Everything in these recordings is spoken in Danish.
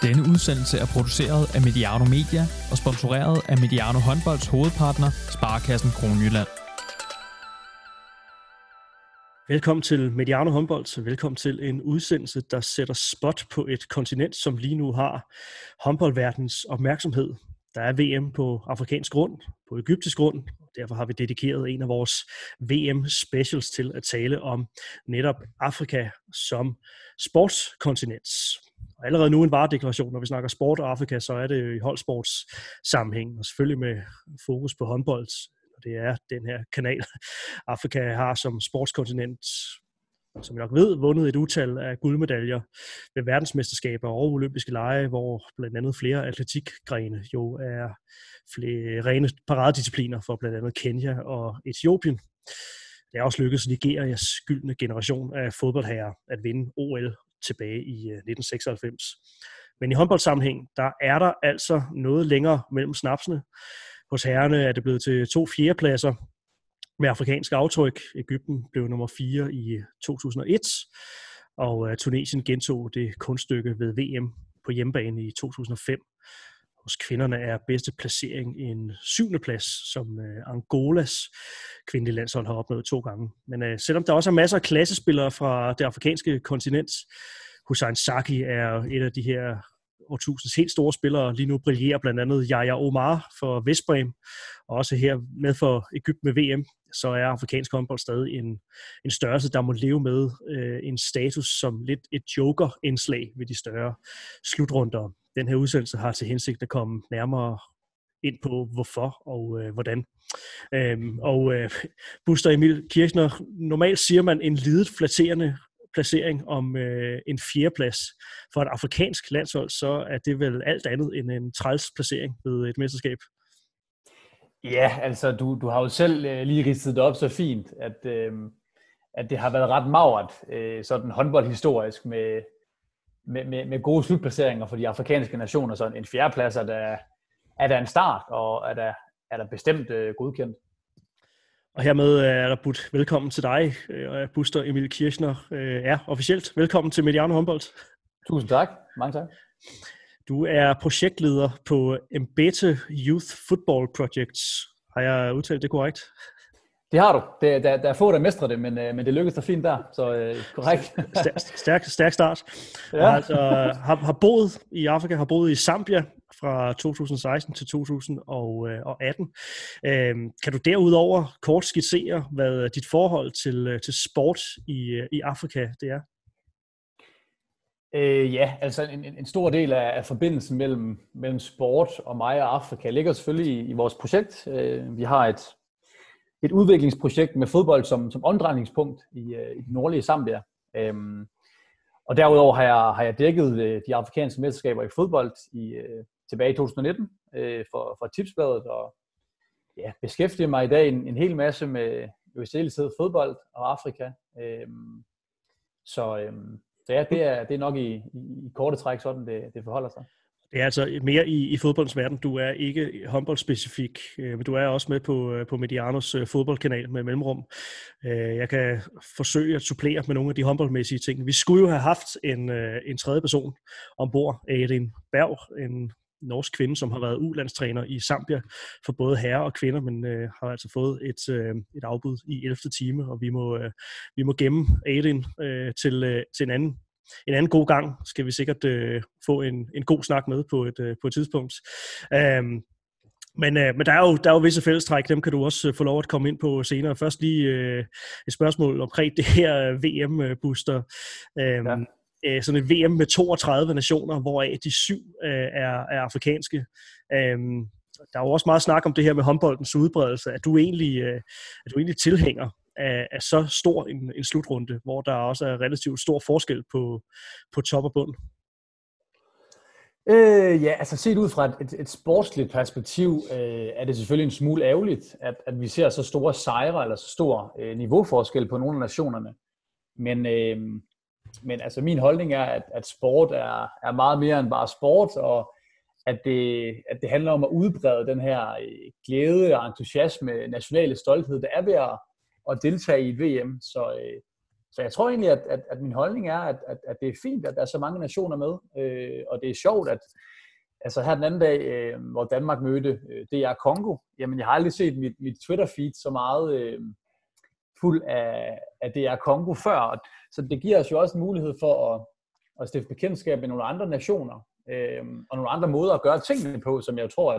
Denne udsendelse er produceret af Mediano Media og sponsoreret af Mediano Håndbolds hovedpartner, Sparekassen Kronjylland. Velkommen til Mediano Håndbold, velkommen til en udsendelse, der sætter spot på et kontinent, som lige nu har håndboldverdens opmærksomhed. Der er VM på afrikansk grund, på egyptisk grund, og derfor har vi dedikeret en af vores VM-specials til at tale om netop Afrika som sportskontinent. Og allerede nu en varedeklaration, når vi snakker sport og Afrika, så er det i holdsports sammenhæng, og selvfølgelig med fokus på håndbold. Det er den her kanal, Afrika har som sportskontinent, som jeg nok ved, vundet et utal af guldmedaljer ved verdensmesterskaber og olympiske lege, hvor blandt andet flere atletikgrene jo er flere rene paradediscipliner for blandt andet Kenya og Etiopien. Det er også lykkedes Nigerias gyldne generation af fodboldherrer at vinde OL tilbage i 1996. Men i håndboldsammenhæng, der er der altså noget længere mellem snapsene. Hos herrerne er det blevet til 2 fjerdepladser med afrikansk aftryk. Egypten blev nummer 4 i 2001, og Tunesien gentog det kunststykke ved VM på hjemmebane i 2005. Hos kvinderne er bedste placering en 7. plads, som Angolas kvindelige landshold har opnået 2 gange. Men selvom der også er masser af klassespillere fra det afrikanske kontinent, Hussein Saki er et af de her årtusindens helt store spillere. Lige nu brillerer blandt andet Yahya Omar for Vestbrem, og også her med for Egypten med VM, så er afrikansk håndbold stadig en størrelse, der må leve med en status som lidt et joker-indslag ved de større slutrunder. Den her udsendelse har til hensigt at komme nærmere ind på hvorfor og hvordan. Buster Emil Kirchner, normalt siger man en lidet flatterende placering om en 4. plads for et afrikansk landshold, så er det vel alt andet end en træls placering ved et mesterskab. Ja, altså du har jo selv lige ridset det op så fint, at det har været ret magert, sådan håndboldhistorisk med gode slutplaceringer for de afrikanske nationer. Så en 4. plads er der en start, og er der bestemt godkendt. Og hermed er der budt velkommen til dig, Buster Emil Kirchner. Officielt velkommen til Mediano Håndbold. Tusind tak. Mange tak. Du er projektleder på Mbete Youth Football Projects. Har jeg udtalt det korrekt? Det har du. Der er få, der mestrer det, men det lykkedes dig fint der, så korrekt. Stærk start. Ja. Og altså, har boet i Afrika, har boet i Zambia fra 2016 til 2018. Kan du derudover kort skitsere, hvad dit forhold til sport i Afrika det er? Ja, altså en stor del af forbindelsen mellem sport og mig og Afrika ligger selvfølgelig i vores projekt. Vi har et udviklingsprojekt med fodbold som omdrejningspunkt i det nordlige Zambia. Og derudover har jeg dækket de afrikanske mesterskaber i fodbold tilbage i 2019 for Tipsbladet, og ja, beskæftiger mig i dag en hel masse med fodbold og Afrika. Så ja, det er nok i korte træk sådan, det forholder sig. Det er altså mere i fodboldens verden. Du er ikke håndboldspecifik, men du er også med på Medianos fodboldkanal med mellemrum. Jeg kan forsøge at supplere med nogle af de håndboldmæssige ting. Vi skulle jo have haft en tredje person ombord, Adin Berg, en norsk kvinde, som har været U-landstræner i Zambia for både herrer og kvinder, men har altså fået et afbud i 11. time, og vi må gemme Adin til en anden god gang. Skal vi sikkert få en god snak med på et tidspunkt. Men der er jo visse fællestræk, dem kan du også få lov at komme ind på senere. Først lige et spørgsmål omkring det her VM-booster. Ja. Sådan et VM med 32 nationer, hvoraf de 7 er afrikanske. Der er jo også meget snak om det her med håndboldens udbredelse. Er du egentlig tilhænger af så stor en slutrunde, hvor der også er relativt stor forskel på top og bund? Ja, altså set ud fra et sportsligt perspektiv, er det selvfølgelig en smule ærgerligt, at vi ser så store sejre eller så stor niveauforskel på nogle af nationerne. Men altså min holdning er, at sport er meget mere end bare sport, og at det handler om at udbrede den her glæde og entusiasme, nationale stolthed, der er ved at deltage i et VM. Så jeg tror egentlig, at min holdning er, at det er fint, at der er så mange nationer med, og det er sjovt, at altså her den anden dag, hvor Danmark mødte DR Congo, jamen jeg har aldrig set mit Twitter-feed så meget fuld af DR Congo før, så det giver os jo også en mulighed for at stifte bekendtskab med nogle andre nationer, og nogle andre måder at gøre tingene på, som jeg tror, at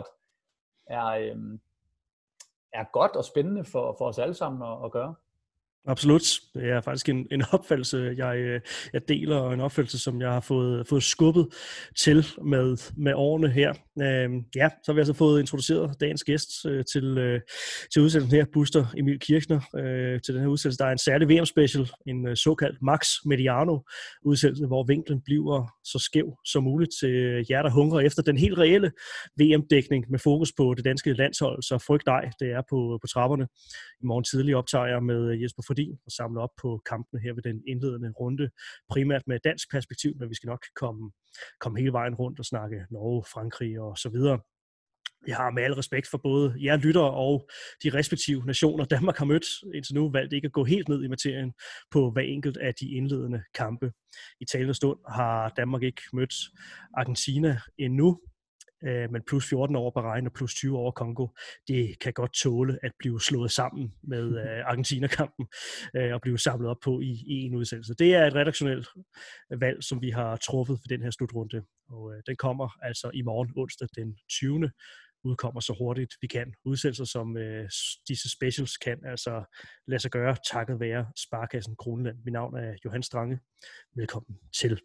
er godt og spændende for os alle sammen at gøre. Absolut. Det er faktisk en opfattelse, jeg deler, og en opfattelse, som jeg har fået skubbet til med årene her. Ja, så har vi altså fået introduceret dagens gæst til udsendelsen her, Buster Emil Kirchner, til den her udsendelse. Der er en særlig VM-special, en såkaldt Max Mediano-udsendelse, hvor vinklen bliver så skæv som muligt til jer, der hungrer efter den helt reelle VM-dækning med fokus på det danske landshold. Så frygt dig, det er på trapperne. I morgen tidlig optager jeg med Jesper Fordin og samler op på kampene her ved den indledende runde, primært med dansk perspektiv, men vi skal nok komme hele vejen rundt og snakke Norge, Frankrig og så videre. Jeg har med al respekt for både jer lyttere og de respektive nationer, Danmark har mødt indtil nu, valgt ikke at gå helt ned i materien på hver enkelt af de indledende kampe. I talende stund har Danmark ikke mødt Argentina endnu, men plus 14 over Bahrain og plus 20 over Kongo, det kan godt tåle at blive slået sammen med Argentina-kampen og blive samlet op på i en udsendelse. Det er et redaktionelt valg, som vi har truffet for den her slutrunde, og den kommer altså i morgen onsdag den 20. udkommer så hurtigt vi kan. Udsendelser som disse specials kan altså lade sig gøre takket være Sparekassen Kroneland. Mit navn er Johan Strange. Velkommen til.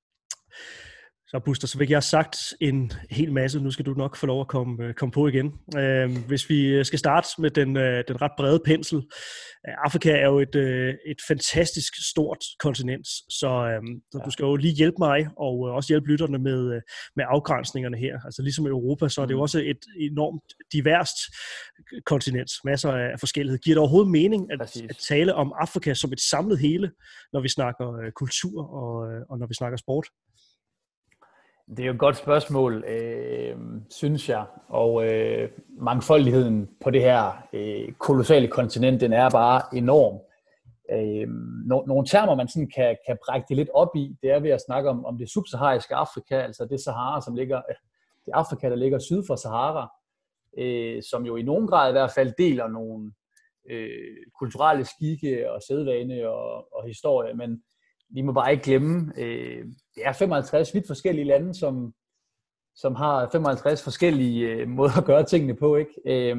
Så Buster, så fik jeg sagt en hel masse. Nu skal du nok få lov at komme på igen. Hvis vi skal starte med den ret brede pensel. Afrika er jo et fantastisk stort kontinent, så du skal jo lige hjælpe mig og også hjælpe lytterne med afgrænsningerne her. Altså ligesom i Europa, så er det jo også et enormt diverst kontinent. Masser af forskellighed. Giver det overhovedet mening at tale om Afrika som et samlet hele, når vi snakker kultur og når vi snakker sport? Det er jo et godt spørgsmål, synes jeg, og mangfoldigheden på det her kolossale kontinent, den er bare enorm. Nogle termer, man sådan kan brække det lidt op i, det er ved at snakke om det subsahariske Afrika, altså det Sahara, som ligger, det Afrika, der ligger syd for Sahara, som jo i nogen grad i hvert fald deler nogle kulturelle skikke og sædvane og historie, men vi må bare ikke glemme, det er 55 vidt forskellige lande, som har 55 forskellige måder at gøre tingene på, ikke?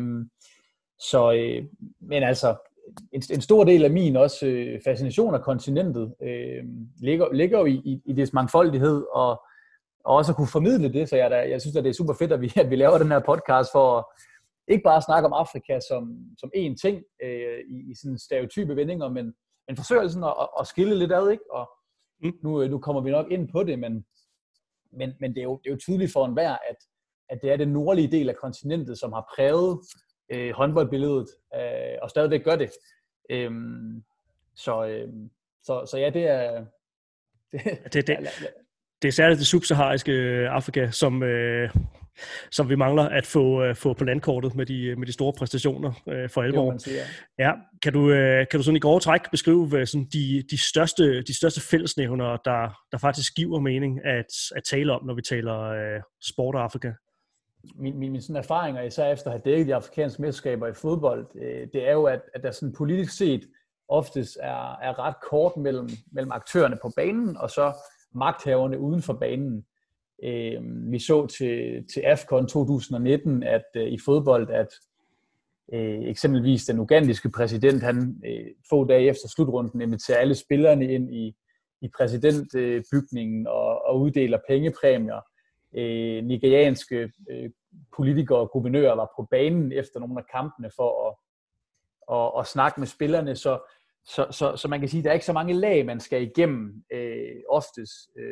Men altså, en stor del af min også fascination af kontinentet ligger jo i dets mangfoldighed, og også at kunne formidle det, så jeg synes, at det er super fedt, at vi laver den her podcast for at ikke bare snakke om Afrika som én ting i sådan stereotype vendinger, men forsøger sådan at skille lidt ad, ikke? Og nu kommer vi nok ind på det, men det er jo tydeligt for enhver, at det er den nordlige del af kontinentet, som har præget håndboldbilledet, og stadigvæk gør det. Så ja, det er... Det er særligt det subsahariske Afrika, som vi mangler at få på landkortet med de store præstationer for alvor. Ja, kan du sådan i grove træk beskrive sådan de største fællesnævner, der faktisk giver mening at tale om, når vi taler sport og Afrika? Min sådan erfaringer, især efter at have dækket de afrikanske mesterskaber i fodbold, det er jo, at der sådan politisk set oftest er ret kort mellem aktørerne på banen, og så magthaverne uden for banen. Vi så til AFCON 2019, at i fodbold, at eksempelvis den ugandiske præsident, han få dage efter slutrunden inviterer alle spillerne ind i præsidentbygningen og uddeler pengepræmier. Nigerianske politikere og guvernører var på banen efter nogle af kampene for at snakke med spillerne, så man kan sige, at der er ikke så mange lag, man skal igennem oftest.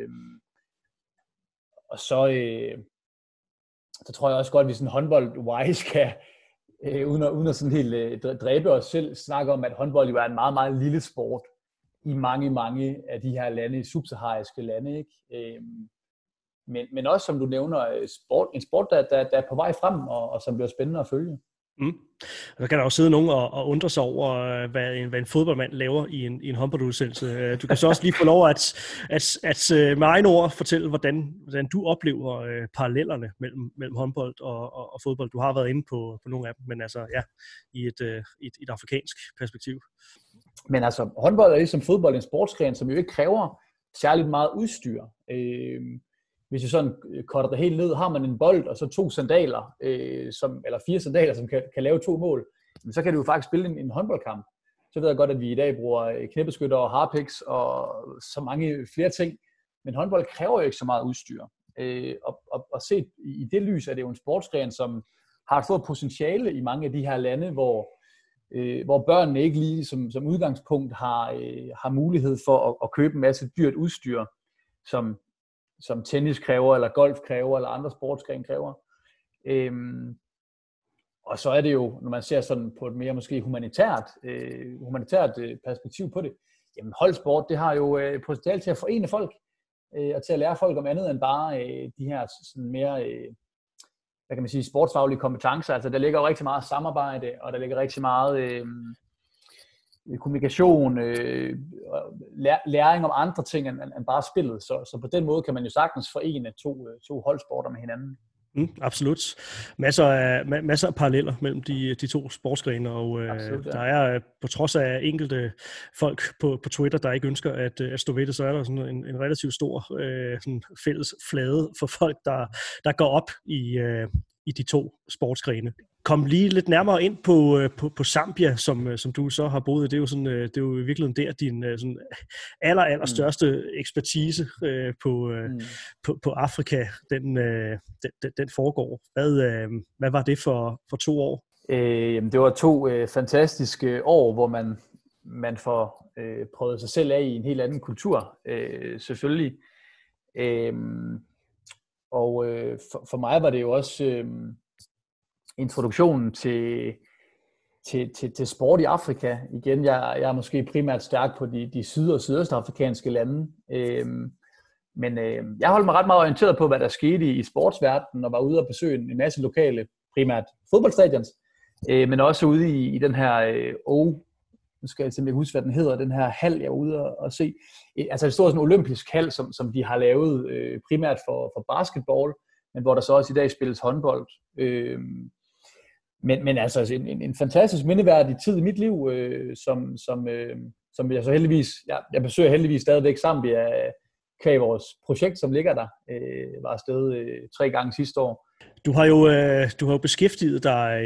Og så tror jeg også godt, at vi sådan håndbold-wise kan, uden at sådan helt dræbe os selv, snakke om, at håndbold jo er en meget, meget lille sport i mange af de her lande, subsahariske lande, ikke? Men også, som du nævner, en sport, der er på vej frem, og som bliver spændende at følge. Mm. Der kan der også sidde nogen og undre sig over, hvad en fodboldmand laver i en håndboldudsendelse. Du kan så også lige få lov at med egne ord fortælle, hvordan du oplever parallellerne mellem håndbold og fodbold. Du har været inde på nogle af dem, men altså ja, i et afrikansk perspektiv. Men altså, håndbold er ligesom fodbold en sportsgren, som jo ikke kræver særligt meget udstyr. Hvis du sådan cutter det helt ned, har man en bold og så 2 sandaler, eller 4 sandaler, som kan lave 2 mål, så kan du jo faktisk spille en håndboldkamp. Så ved jeg godt, at vi i dag bruger knæbeskytter og harpiks og så mange flere ting, men håndbold kræver jo ikke så meget udstyr. Og set i det lys er det jo en sportsgren, som har et stort potentiale i mange af de her lande, hvor børnene ikke lige som udgangspunkt har mulighed for at købe en masse dyrt udstyr, som tennis kræver, eller golf kræver, eller andre sportsgrene kræver. Og så er det jo, når man ser sådan på et mere måske humanitært perspektiv på det, jamen holdsport, det har jo potentiale til at forene folk, og til at lære folk om andet end bare de her sådan mere, hvad kan man sige, sportsfaglige kompetencer. Altså der ligger jo rigtig meget samarbejde, og der ligger rigtig meget kommunikation, læring om andre ting end bare spillet. Så på den måde kan man jo sagtens forene to holdsporter med hinanden. Absolut. Masser af paralleller mellem de to sportsgrene, og absolut, ja. Der er på trods af enkelte folk på Twitter, der ikke ønsker at stå ved det, så er der sådan en relativt stor sådan fælles flade for folk, der går op i de to sportsgrene. Kom lige lidt nærmere ind på Zambia, som du så har boet i. Det er jo i virkeligheden der din sådan allerstørste ekspertise på Afrika, den foregår. Hvad var det for 2 år? Det var 2 fantastiske år, hvor man får prøvet sig selv af i en helt anden kultur, selvfølgelig. Og for mig var det jo også introduktionen til sport i Afrika. Igen, jeg er måske primært stærk på de syd- og sydøstafrikanske lande. Men jeg holdt mig ret meget orienteret på, hvad der skete i sportsverdenen, og var ude og besøge en masse lokale, primært fodboldstadions, men også ude i den her nu skal jeg simpelthen huske, hvad den hedder, den her hal, jeg var ude og se. Altså det står sådan en olympisk hal, som de har lavet primært for basketball, men hvor der så også i dag spilles håndbold. Men altså en fantastisk mindeværdig tid i mit liv, som jeg så heldigvis, jeg besøger heldigvis stadigvæk Zambia kvæg vores projekt, som ligger der, var afsted 3 gange sidste år. Du har jo beskæftiget dig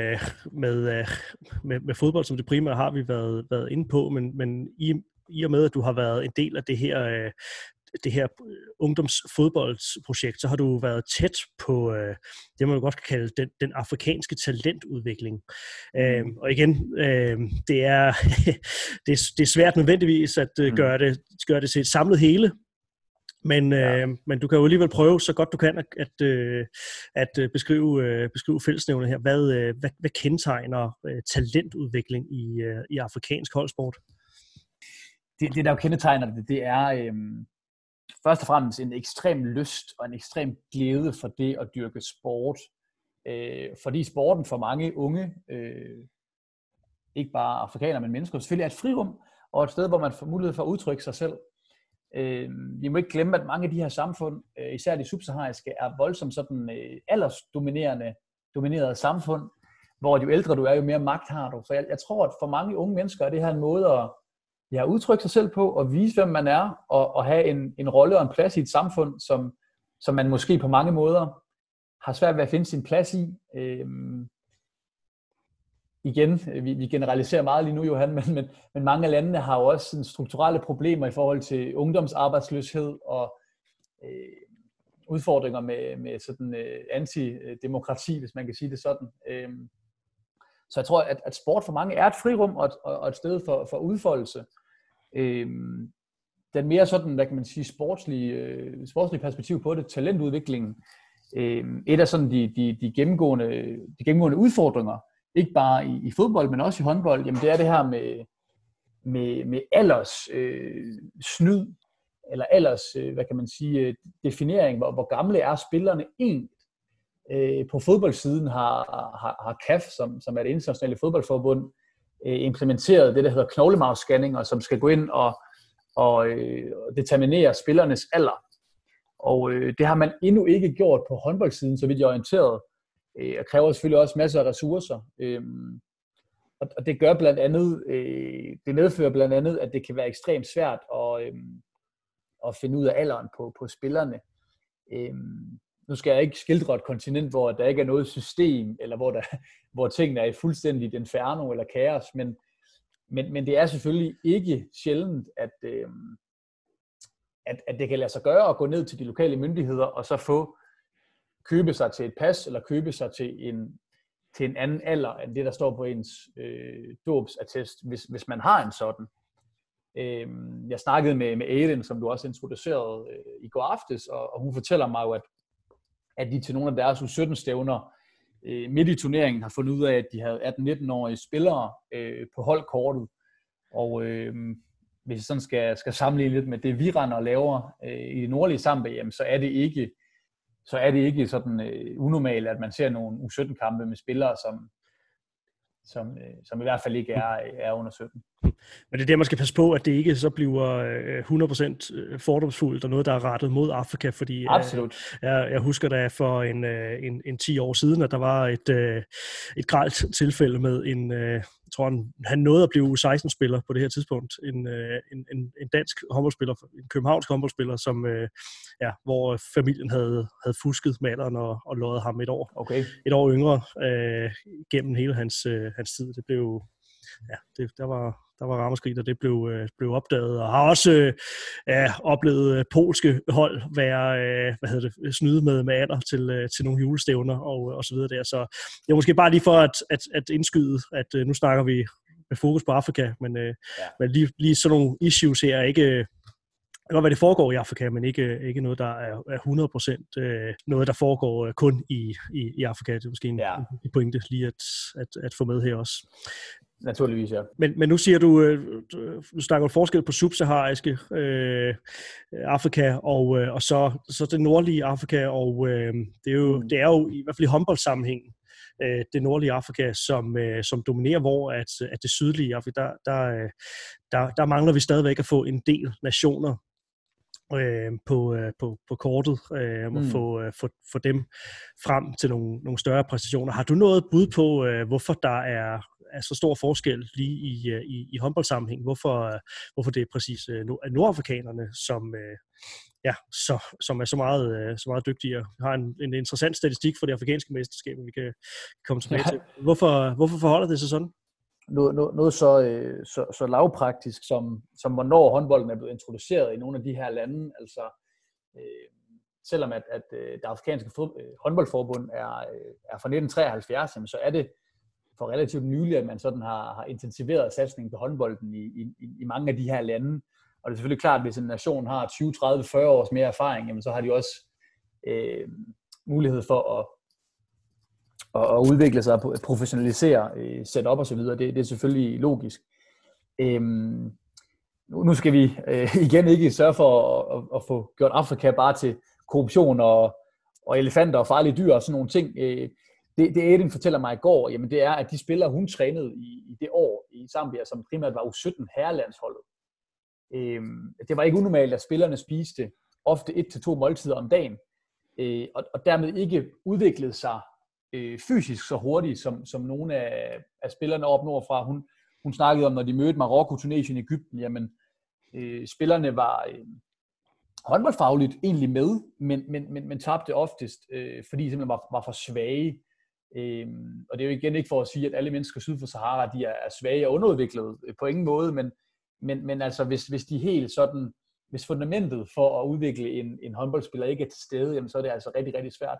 med fodbold, som det primære har vi været inde på, men i og med, at du har været en del af det her ungdomsfodboldsprojekt, så har du været tæt på det, man jo godt kan kalde den afrikanske talentudvikling. Og igen, det er svært nødvendigvis at gøre det til et samlet hele, men du kan jo alligevel prøve så godt du kan at beskrive fællesnævner her. Hvad kendetegner talentudvikling i afrikansk holdsport? Det der jo kendetegner det er først og fremmest en ekstrem lyst og en ekstrem glæde for det at dyrke sport. Fordi sporten for mange unge, ikke bare afrikanere, men mennesker, selvfølgelig er et frirum og et sted, hvor man får mulighed for at udtrykke sig selv. Vi må ikke glemme, at mange af de her samfund, især de subsahariske, er voldsomt sådan aldersdominerede samfund, hvor jo ældre du er, jo mere magt har du. Så jeg tror, at for mange unge mennesker er det her en måde at udtrykke sig selv på, og vise, hvem man er, og have en rolle og en plads i et samfund, som man måske på mange måder har svært ved at finde sin plads i. Igen, vi generaliserer meget lige nu, Johan, men mange af landene har jo også sådan strukturelle problemer i forhold til ungdomsarbejdsløshed og udfordringer med sådan antidemokrati, hvis man kan sige det sådan. Så jeg tror, at sport for mange er et frirum og et sted for udfoldelse. Den mere sådan, hvad kan man sige, sportslige perspektiv på det, talentudviklingen, et af sådan de gennemgående udfordringer, ikke bare i fodbold, men også i håndbold, jamen det er det her med alders snyd, eller alders, hvad kan man sige, definering, hvor gamle er spillerne egentlig. På fodboldsiden har CAF, som er det internationale fodboldforbund, implementeret det, der hedder knoglemarvsscanninger, som skal gå ind og determinere spillernes alder. Og det har man endnu ikke gjort på håndboldsiden, så vidt jeg er orienteret. Og kræver selvfølgelig også masser af ressourcer. Og det gør blandt andet, det medfører blandt andet, at det kan være ekstremt svært at finde ud af alderen på spillerne. Nu skal jeg ikke skildre et kontinent, hvor der ikke er noget system, eller hvor tingene er i fuldstændigt inferno eller kaos, men det er selvfølgelig ikke sjældent, at det kan lade sig gøre at gå ned til de lokale myndigheder og så købe sig til et pas, eller købe sig til en anden alder, end det, der står på ens dåbsattest, hvis man har en sådan. Jeg snakkede med Erin, som du også introducerede i går aftes, og hun fortæller mig jo, at de til nogle af deres U17-stævner midt i turneringen har fundet ud af, at de havde 18-19-årige spillere på holdkortet. Og hvis jeg sådan skal sammenligne lidt med det, vi render og laver i det nordlige Zambia, jamen, så er det ikke sådan unormalt, at man ser nogle U17-kampe med spillere, som i hvert fald ikke er under 17. Men det er det, man skal passe på, at det ikke så bliver 100% fordomsfuldt og noget, der er rettet mod Afrika, fordi absolut. Jeg husker da for en 10 år siden, at der var et grelt tilfælde med jeg tror, han nåede at blive U16-spiller på det her tidspunkt. En dansk håndboldspiller, en københavnsk håndboldspiller, som, hvor familien havde fusket med alderen og løjet ham et år. Okay. Et år yngre gennem hele hans tid. Det blev der var ramaskrig, og det blev opdaget, og har også oplevet polske hold være snyde med alder til nogle julestævner og så videre der. Så det er måske bare lige for at indskyde, at nu snakker vi med fokus på Afrika, men lige sådan nogle issues her er ikke. Det kan godt være, det foregår i Afrika, men ikke noget, der er 100% noget, der foregår kun i Afrika. Det er måske en pointe lige at få med her også. Naturligvis, ja. Men nu siger du snakker forskel på subsahariske Afrika og så det nordlige Afrika, og det er jo i hvert fald i håndboldsammenhæng det nordlige Afrika, som dominerer, hvor at det sydlige Afrika, der mangler vi stadigvæk at få en del nationer på kortet, få dem frem til nogle større præstationer. Har du noget bud på, hvorfor der er så stor forskel lige i håndboldsammenhæng? Hvorfor det er præcis nordafrikanerne, som er så meget dygtigere? Vi har en interessant statistik for det afrikanske mesterskab, vi kan komme tilbage til. Hvorfor forholder det sig sådan? Noget så lavpraktisk som hvornår håndbolden er blevet introduceret i nogle af de her lande. Altså, selvom at det afrikanske håndboldforbund er fra 1973, så er det for relativt nylig, at man sådan har intensiveret satsningen på håndbolden i mange af de her lande. Og det er selvfølgelig klart, at hvis en nation har 20, 30, 40 års mere erfaring, jamen, så har de også mulighed for at udvikle sig og professionalisere setup og så videre. Det er selvfølgelig logisk. Nu skal vi igen ikke sørge for at få gjort Afrika bare til korruption og elefanter og farlige dyr og sådan nogle ting. Det Erin fortæller mig i går, jamen det er, at de spillere, hun trænede i det år i Zambia, som primært var U17 herrelandsholdet. Det var ikke unormalt, at spillerne spiste ofte 1-2 måltider om dagen, og dermed ikke udviklede sig fysisk så hurtigt, som nogle af spillerne op nordfra. Hun snakkede om, når de mødte Marokko, Tunesien, Egypten, jamen spillerne var håndboldfagligt egentlig med, men tabte oftest, fordi de simpelthen var for svage. Og det er jo igen ikke for at sige, at alle mennesker syd for Sahara, de er svage og underudviklede på ingen måde, men altså hvis de helt sådan, hvis fundamentet for at udvikle en håndboldspiller ikke er til stede, jamen så er det altså rigtig, rigtig svært.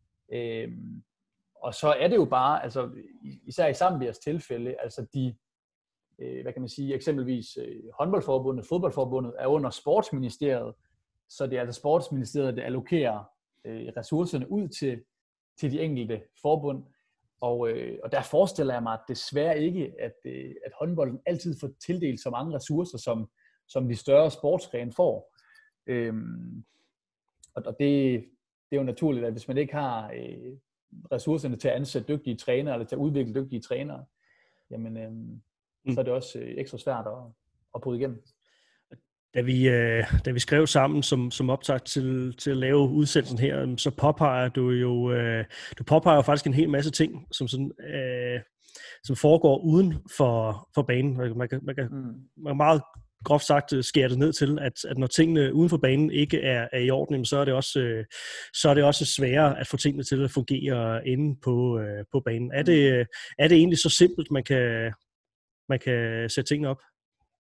Og så er det jo bare, altså især i Zambias tilfælde, altså de, hvad kan man sige, eksempelvis håndboldforbundet, fodboldforbundet er under sportsministeriet, så det er altså sportsministeriet, der allokerer ressourcerne ud til de enkelte forbund. Og der forestiller jeg mig at desværre ikke, at håndbolden altid får tildelt så mange ressourcer, som de større sportsgrene får. Og det er jo naturligt, at hvis man ikke har ressourcerne til at ansætte dygtige trænere, eller til at udvikle dygtige trænere, jamen, så er det også ekstra svært at bryde igennem. Da vi skrev sammen som optakt til at lave udsendelsen her, så påpeger du påpeger faktisk en hel masse ting, som foregår uden for banen. Man kan meget groft sagt skære det ned til, at når tingene uden for banen ikke er i orden, så er det også sværere at få tingene til at fungere inde på banen. Er det egentlig så simpelt, man kan sætte tingene op?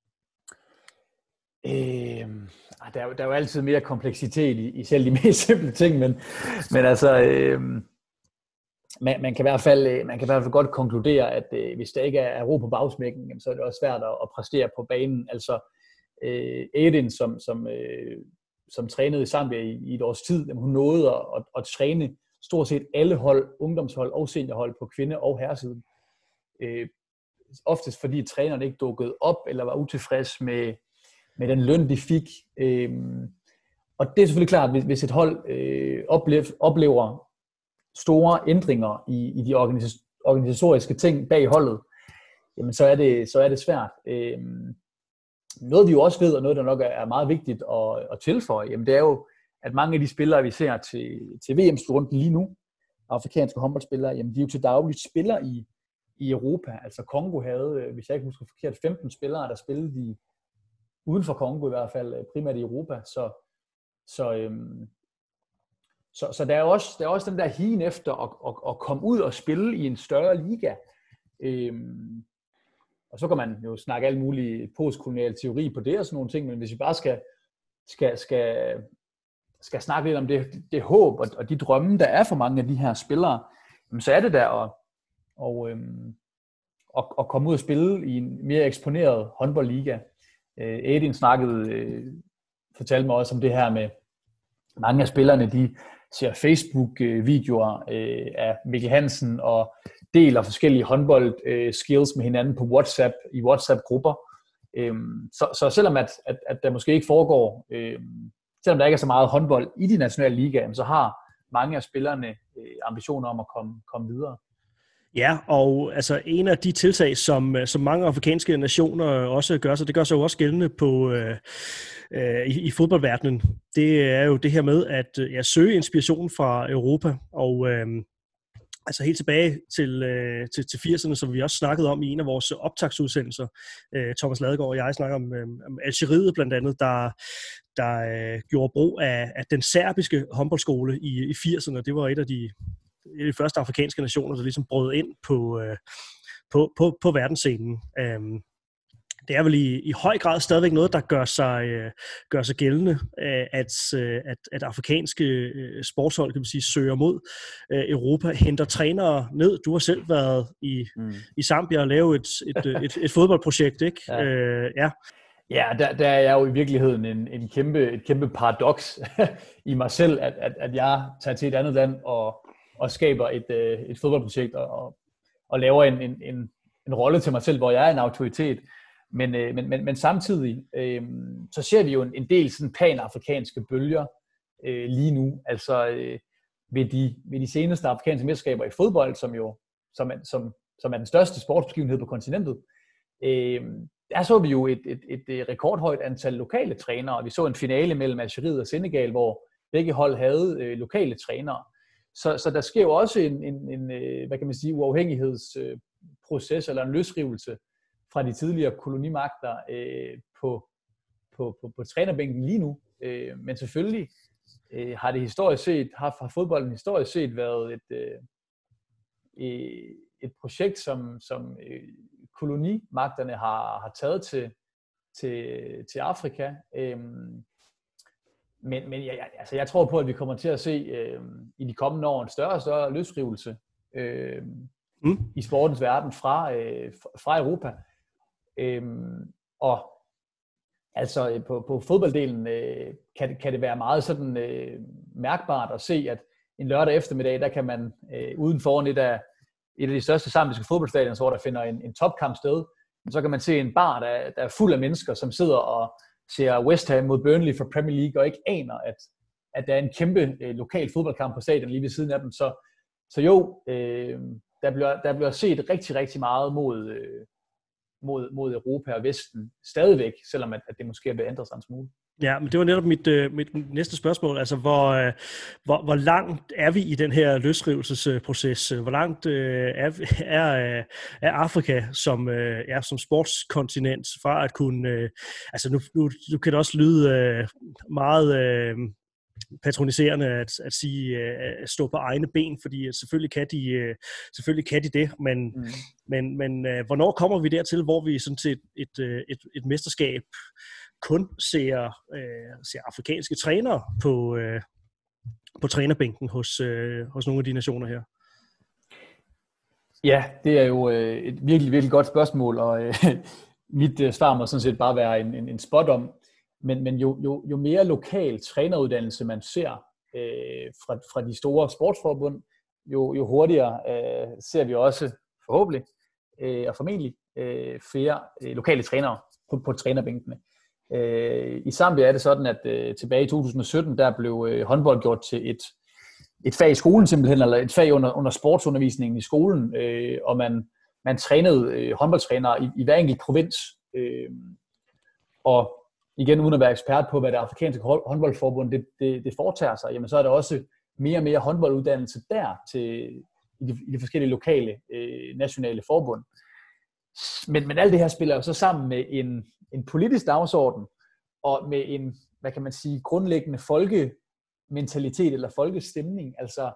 Der er jo altid mere kompleksitet i selv de mest simple ting, men altså man kan i hvert fald godt konkludere, at hvis der ikke er ro på bagsmækken, så er det også svært at præstere på banen. Altså Edin, som trænede i Zambia i et års tid, hun nåede at træne stort set alle hold, ungdomshold og seniorhold på kvinde- og herresiden. Oftest fordi trænerne ikke dukkede op eller var utilfreds med den løn, de fik. Og det er selvfølgelig klart, hvis et hold oplever store ændringer i de organisatoriske ting bag holdet, jamen så er det svært. Noget vi jo også ved, og noget der nok er meget vigtigt at tilføje, jamen det er jo, at mange af de spillere, vi ser til VM-slutrunde lige nu, afrikanske håndboldspillere, jamen de er jo til dagligt spillere i Europa. Altså Congo havde, hvis jeg ikke husker forkert, 15 spillere, der spillede uden for Congo i hvert fald, primært i Europa. Så der er også den der higen efter at komme ud og spille i en større liga. Og så kan man jo snakke alle mulige postkolonial teori på det og sådan nogle ting, men hvis vi bare skal snakke lidt om det håb og de drømme, der er for mange af de her spillere, så er det der at komme ud og spille i en mere eksponeret håndboldliga. Edin fortalte mig også om det her med mange af spillerne, de ser Facebook-videoer af Mikkel Hansen og deler forskellige håndbold-skills med hinanden på WhatsApp, i WhatsApp-grupper. Så selvom at der måske ikke foregår, selvom der ikke er så meget håndbold i de nationale ligaer, så har mange af spillerne ambitioner om at komme videre. Ja, og altså en af de tiltag, som mange afrikanske nationer også gør sig, det gør sig jo også gældende i fodboldverdenen. Det er jo det her med at søge inspiration fra Europa, og altså helt tilbage til 80'erne, som vi også snakkede om i en af vores optagsudsendelser. Thomas Ladegaard og jeg snakker om Algeriet blandt andet, der gjorde brug af den serbiske håndboldskole i 80'erne. Det var et af de første afrikanske nationer, der ligesom brød ind på verdensscenen. Det er vel i høj grad stadigvæk noget, der gør sig gældende, at afrikanske sportshold, kan man sige, søger mod Europa, henter trænere ned. Du har selv været i Zambia og lavet et fodboldprojekt, ikke? Ja. Ja, der er jeg jo i virkeligheden et kæmpe paradoks i mig selv, at jeg tager til et andet land og skaber et fodboldprojekt og laver en rolle til mig selv, hvor jeg er en autoritet. Men samtidig så ser vi jo en del sådan pan-afrikanske bølger lige nu. Altså ved de seneste afrikanske mesterskaber i fodbold, som er den største sportsbegivenhed på kontinentet, der så vi jo et rekordhøjt antal lokale trænere, og vi så en finale mellem Algeriet og Senegal, hvor begge hold havde lokale trænere. Så der sker jo også en hvad kan man sige, uafhængighedsproces eller en løsrivelse fra de tidligere kolonimagter på trænerbænken lige nu. Men selvfølgelig har det historisk set, har fodbolden historisk set været et projekt, som kolonimagterne har taget til Afrika. Men jeg tror på, at vi kommer til at se i de kommende år en større og større løsrivelse i sportens verden fra Europa. Og altså på fodbolddelen kan det være meget sådan mærkbart at se, at en lørdag eftermiddag, der kan man uden foran et af de største zambiske fodboldstadioner, hvor der finder en topkamp sted, så kan man se en bar, der er fuld af mennesker, som sidder og ser West Ham mod Burnley fra Premier League, og ikke aner, at der er en kæmpe lokal fodboldkamp på stadion lige ved siden af dem. Så Så jo, der bliver set rigtig, rigtig meget mod Europa og Vesten stadigvæk, selvom at det måske er ved at ændre sig en smule. Ja, men det var netop mit næste spørgsmål. Altså, hvor langt er vi i den her løsrivelsesproces? Hvor langt er Afrika som sportskontinent fra at kunne... altså, nu kan det også lyde meget patroniserende at sige at stå på egne ben, fordi selvfølgelig kan de det, men hvornår kommer vi dertil, hvor vi sådan set et mesterskab kun ser afrikanske trænere på trænerbænken hos nogle af de nationer her? Ja, det er jo et virkelig, virkelig godt spørgsmål, og mit svar må sådan set bare være en spot om, men jo mere lokal træneruddannelse man ser fra de store sportsforbund, jo hurtigere ser vi også forhåbentlig og formentlig flere lokale trænere på trænerbænkene. I Zambia er det sådan, at tilbage i 2017, der blev håndbold gjort til et fag i skolen simpelthen, eller et fag under sportsundervisningen i skolen, og man trænede håndboldtrænere i hver enkelt provins. Og igen, uden at være ekspert på, hvad det afrikanske håndboldforbund det foretager sig, jamen så er der også mere og mere håndbolduddannelse der i de forskellige lokale nationale forbund. Men alt det her spiller jo så sammen med en politisk dagsorden, og med en, hvad kan man sige, grundlæggende folkementalitet eller folkestemning. Altså,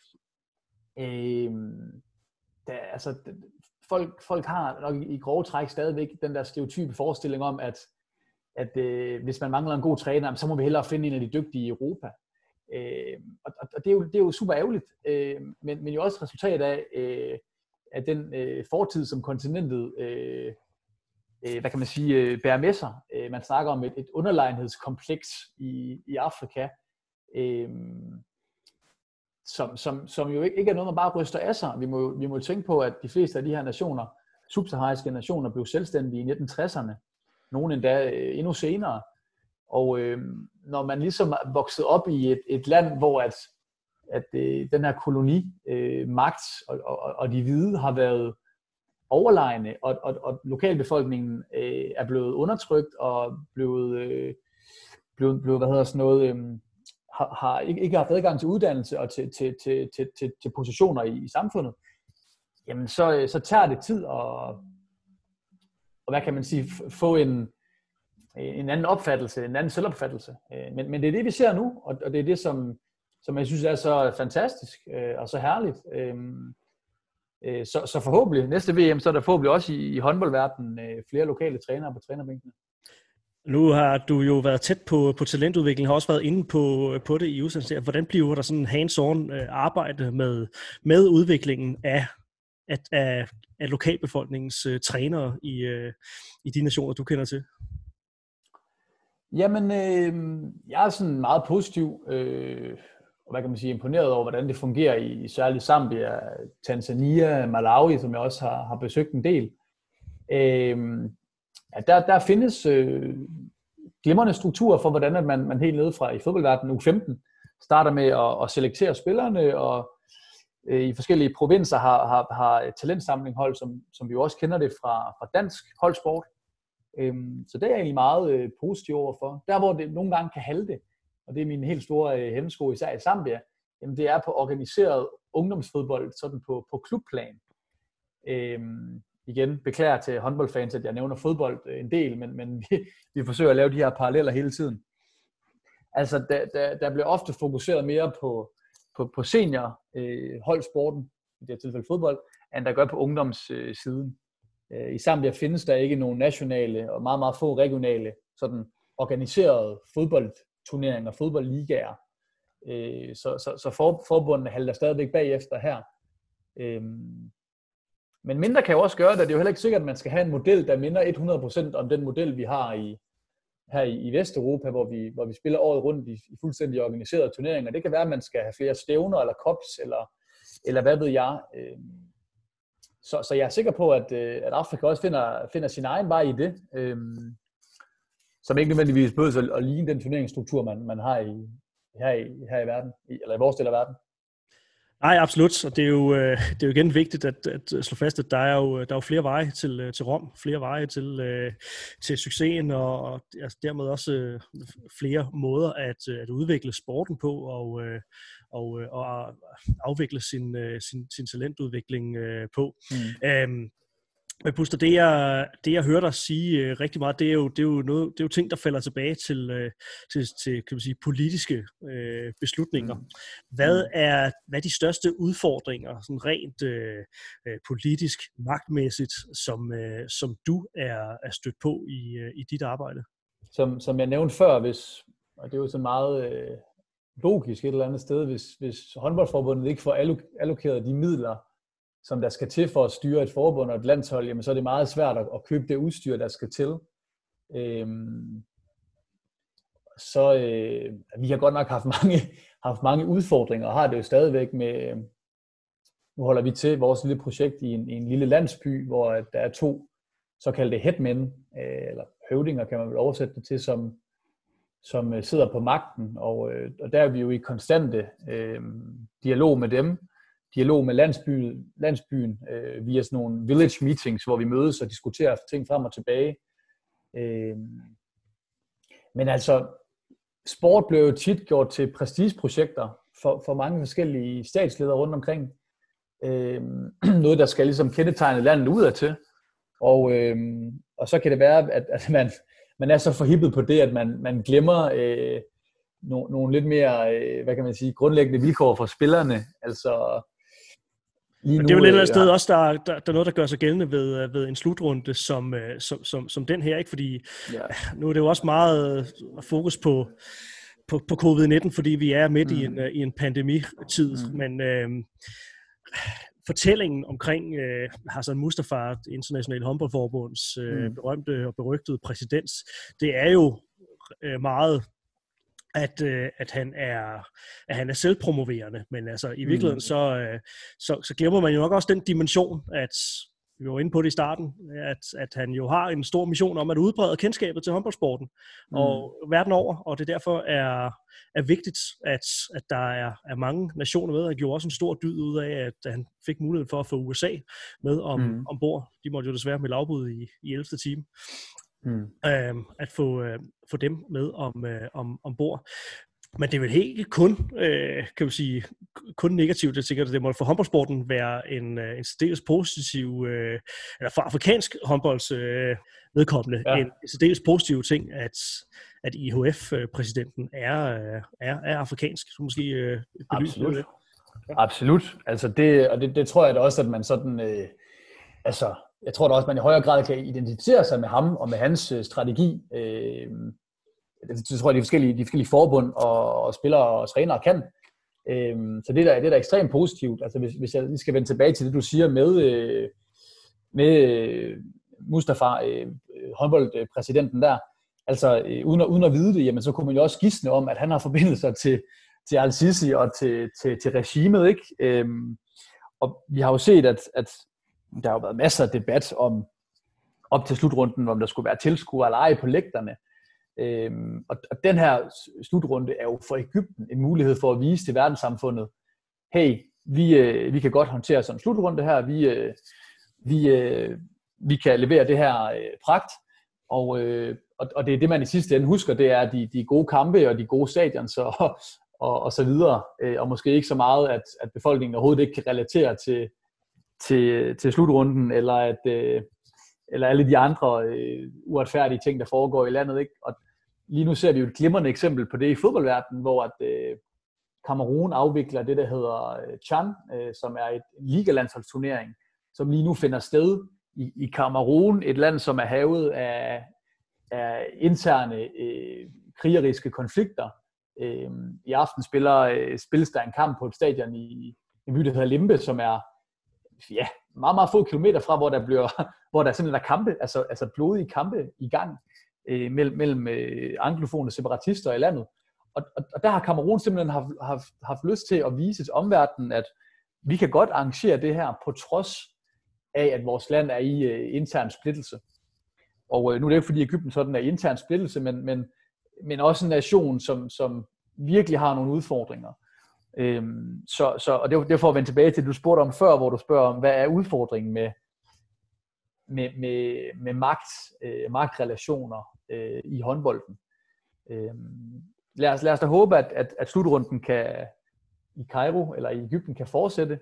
folk har nok i grove træk stadigvæk den der stereotype forestilling om, at hvis man mangler en god træner, så må vi hellere finde en af de dygtige i Europa. Og det er jo super ærgerligt, men jo også resultat af den fortid, som kontinentet hvad kan man sige, bærer med sig. Man snakker om et underlegenhedskompleks i Afrika, som jo ikke er noget, man bare ryster af sig. Vi må jo tænke på, at de fleste af de her nationer, subsahariske nationer, blev selvstændige i 1960'erne. Nogle endda endnu senere. Og når man ligesom er vokset op i et land, hvor at den her kolonimagt og de hvide har været overlegne, og lokalbefolkningen er blevet undertrykt og blevet har ikke haft adgang til uddannelse og til positioner i samfundet, jamen så tager det tid og hvad kan man sige, få en anden opfattelse, en anden selvopfattelse. Men det er det, vi ser nu, og det er det, som jeg synes er så fantastisk og så herligt. Så forhåbentlig, næste VM, så er der forhåbentlig også i håndboldverdenen flere lokale trænere på trænerbænkene. Nu har du jo været tæt på talentudvikling, har også været inde på det i udsendelsen. Hvordan bliver der sådan hands-on arbejde med udviklingen af lokalbefolkningens trænere i de nationer, du kender til? Jamen, jeg er sådan meget positiv, og hvad kan man sige, imponeret over, hvordan det fungerer i særligt Zambia, Tanzania, Malawi, som jeg også har besøgt en del. Der findes glimrende strukturer for, hvordan at man helt nede fra i fodboldverdenen U15 starter med at selektere spillerne, og i forskellige provinser har talentsamlinghold, som vi jo også kender det fra dansk holdsport. Så det er jeg egentlig meget positiv overfor. Der, hvor det nogle gange kan halte, og det er min helt store hemsko, især i Zambia, jamen det er på organiseret ungdomsfodbold, sådan på klubplan. Igen, beklager til håndboldfans, at jeg nævner fodbold en del, men vi forsøger at lave de her paralleller hele tiden. Altså, der bliver ofte fokuseret mere på senior holdsporten, i det her tilfælde fodbold, end der gør på ungdomssiden. I Zambia findes der ikke nogen nationale og meget, meget få regionale sådan organiserede fodboldturneringer, fodboldligaer. Så forbundene halter stadigvæk bagefter her. Men mindre kan jo også gøre det. Det er jo heller ikke sikkert, at man skal have en model, der minder 100% om den model, vi har her i Vesteuropa, hvor vi spiller året rundt i fuldstændig organiserede turneringer. Det kan være, at man skal have flere stævner eller cups, eller hvad ved jeg. Så jeg er sikker på, at Afrika også finder sin egen vej i det, som ikke nødvendigvis behøver at ligne den turneringsstruktur, man har her i verden, eller i vores del af verden. Nej, absolut, og det er jo igen vigtigt at slå fast, at der er jo flere veje til Rom, flere veje til succesen, og altså dermed også flere måder at udvikle sporten på, og afvikle sin talentudvikling på. Men Buster, det jeg hører dig sige rigtig meget, det er jo ting, der falder tilbage til kan man sige, politiske beslutninger. Hvad er de største udfordringer, sådan rent politisk, magtmæssigt, som du er stødt på i dit arbejde? Som jeg nævnte før, og det er jo så meget logisk et eller andet sted, hvis håndboldforbundet ikke får allokeret de midler, som der skal til for at styre et forbund og et landshold, jamen så er det meget svært at købe det udstyr, der skal til. Vi har godt nok haft mange udfordringer, og har det jo stadigvæk med, nu holder vi til vores lille projekt i en lille landsby, hvor der er 2 såkaldte headmen, eller høvdinger kan man vel oversætte det til, som sidder på magten, og der er vi jo i konstante dialog med dem, dialog med landsbyen via sådan nogle village meetings, hvor vi mødes og diskuterer ting frem og tilbage. Men altså, sport blev jo tit gjort til prestigeprojekter for mange forskellige statsledere rundt omkring. Noget, der skal ligesom kendetegne landet udadtil. Og så kan det være, at man er så forhippet på det, at man glemmer nogle lidt mere, hvad kan man sige, grundlæggende vilkår for spillerne. Altså, nu, det er jo et eller andet sted også, der er noget, der gør sig gældende ved en slutrunde som den her, ikke? Fordi nu er det jo også meget fokus på covid-19, fordi vi er midt i en pandemitid, men fortællingen omkring Hassan Mustafa, Internationale Håndboldforbunds berømte og berygtede præsident, det er jo meget at han er selvpromoverende, men altså i virkeligheden så glemmer man jo nok også den dimension, at vi var inde på det i starten, at han jo har en stor mission om at udbrede kendskabet til håndboldsporten og verden over, og det derfor er vigtigt, at der er mange nationer med. Han gjorde også en stor dyd ud af, at han fik muligheden for at få USA med ombord. De måtte jo desværre med afbud i 11. time. At få dem med ombord. Men det er vel helt kun, kan man sige, kun negativt. Jeg tænker, at det må for håndboldsporten være en særdeles positiv, eller for afrikansk håndbolds vedkommende, en særdeles positiv ting, at IHF-præsidenten er afrikansk. Så måske absolut. Det. Absolut. Altså det tror jeg da også, at man sådan, jeg tror da også, at man i højere grad kan identificere sig med ham og med hans strategi. Det tror jeg, de forskellige forbund og spillere og trænere kan. Så det er da ekstremt positivt. Altså hvis jeg lige skal vende tilbage til det, du siger med Mustafa, håndboldpræsidenten der. Altså uden at vide det, jamen, så kunne man jo også gisne om, at han har forbindelser til Al-Sisi og til regimet, ikke? Og vi har jo set, at der har jo været masser af debat om op til slutrunden, om der skulle være tilskuere eller ej på lægterne. Og den her slutrunde er jo for Egypten en mulighed for at vise til verdenssamfundet, hey, vi kan godt håndtere sådan en slutrunde her, vi kan levere det her pragt, og det er det, man i sidste ende husker, det er de gode kampe og de gode stadions og så videre, og måske ikke så meget, at befolkningen overhovedet ikke kan relatere til slutrunden, eller alle de andre uretfærdige ting, der foregår i landet, ikke? Og lige nu ser vi jo et glimrende eksempel på det i fodboldverdenen, hvor at Kamerun afvikler det, der hedder Chan, som er et ligalandsholdsturnering, som lige nu finder sted i Kamerun, et land, som er hærget af interne krigeriske konflikter. I aften spilles der en kamp på et stadion i en by, der hedder Limbe, som er meget, meget få kilometer fra, hvor der simpelthen er kampe, altså blodige kampe i gang mellem anglofone separatister i landet. Og der har Kamerun simpelthen haft lyst til at vise til omverdenen, at vi kan godt arrangere det her, på trods af, at vores land er i intern splittelse. Og nu er det ikke, fordi Egypten sådan er i intern splittelse, men også en nation, som virkelig har nogle udfordringer. Og det får at vende tilbage til, du spurgte om før, hvor du spørger om, hvad er udfordringen med magtrelationer i håndbolden. Lad os da håbe, at slutrunden i Kairo eller i Egypten kan fortsætte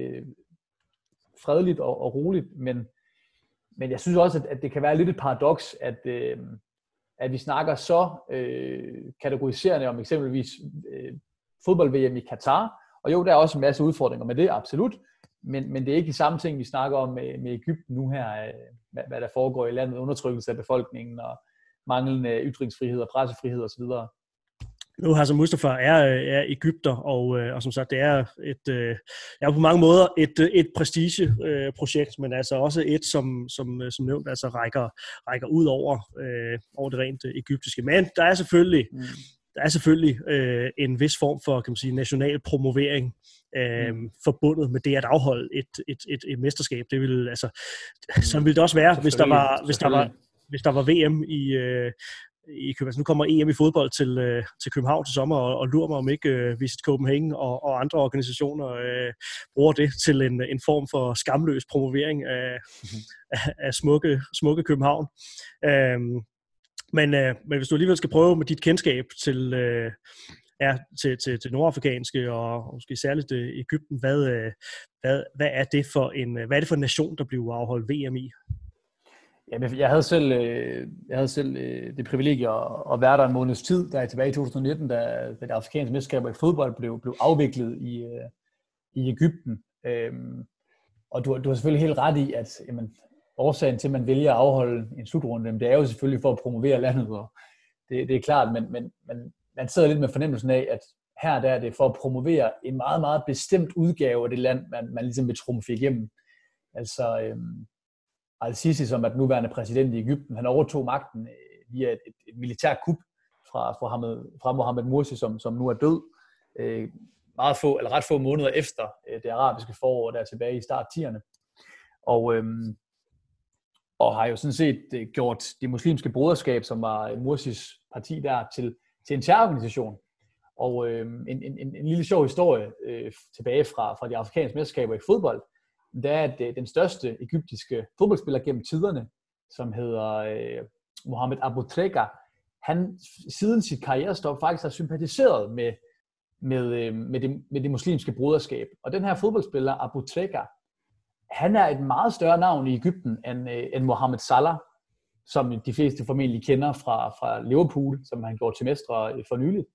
fredeligt og roligt, men jeg synes også, at det kan være lidt et paradoks, at vi snakker så kategoriserende om eksempelvis fodbold-VM i Katar, og jo, der er også en masse udfordringer med det, absolut, men det er ikke de samme ting, vi snakker om med Egypten nu her, hvad der foregår i landet, undertrykkelse af befolkningen og manglende ytringsfrihed og pressefrihed osv. Nu Hassan Mustafa er egypter, og som sagt, det er på mange måder et prestigeprojekt, men altså også et, som nævnt, altså rækker ud over det rent egyptiske. Men der er selvfølgelig en vis form for, kan man sige, national promovering forbundet med det at afholde et mesterskab. Det ville altså, sådan ville det også være, hvis der var VM i København. Nu kommer EM i fodbold til København til sommer, og lurer mig om ikke Visit Copenhagen og andre organisationer bruger det til en form for skamløs promovering af smukke København. Men hvis du alligevel skal prøve med dit kendskab til nordafrikanske og måske særligt Egypten, hvad er det for en nation, der bliver afholdt VM i? Jamen, jeg havde selv det privilegie at være der en måneds tid, der tilbage i 2019, da det afrikanske mesterskaber i fodbold blev afviklet i Egypten. Og du har selvfølgelig helt ret i, at årsagen til, at man vælger at afholde en slutrunde, det er jo selvfølgelig for at promovere landet, og det er klart, men man sidder lidt med fornemmelsen af, at her der er det for at promovere en meget, meget bestemt udgave af det land, man ligesom vil trumfe igennem. Altså Al-Sisi, som er den nuværende præsident i Egypten, han overtog magten via et militært kup fra Mohamed Morsi, som nu er død, ret få måneder efter det arabiske forår, der er tilbage i start 10'erne. Og har jo sådan set gjort det muslimske broderskab, som var Morsis parti der, til en terrororganisation. Og en lille sjov historie tilbage fra de afrikanske mesterskaber i fodbold, det er, at den største egyptiske fodboldspiller gennem tiderne, som hedder Mohamed Abu Trega, han siden sit karrierestop faktisk har sympatiseret med det muslimske broderskab. Og den her fodboldspiller, Abu Trega, han er et meget større navn i Egypten end Mohamed Salah, som de fleste formentlig kender fra Liverpool, som han gjorde til mestre for nyligt.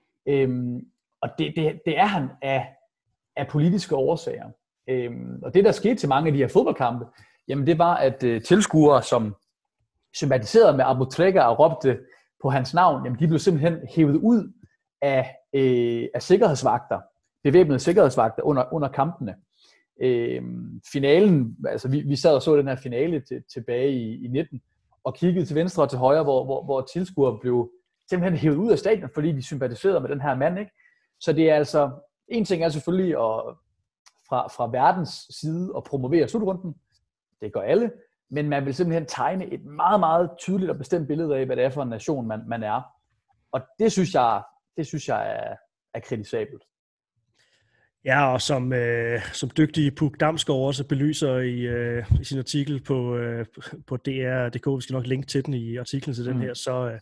Og det er han af politiske årsager. Og det, der skete til mange af de her fodboldkampe, jamen det var, at tilskuere, som sympatiserede med Abu Trega og råbte på hans navn, jamen de blev simpelthen hævet ud af sikkerhedsvagter, bevæbnede sikkerhedsvagter under kampene. Finalen, altså vi sad og så den her finale tilbage i 19, og kiggede til venstre og til højre, hvor tilskuere blev simpelthen hævet ud af stadion, fordi de sympatiserede med den her mand, ikke? Så det er altså, en ting er selvfølgelig fra verdens side at promovere slutrunden, det gør alle, men man vil simpelthen tegne et meget, meget tydeligt og bestemt billede af, hvad det er for en nation, man er. Og det synes jeg er kritisabelt. Ja, og som dygtig Puk Damsgaard også belyser i sin artikel på DR.dk, vi skal nok linke til den i artiklen til den her,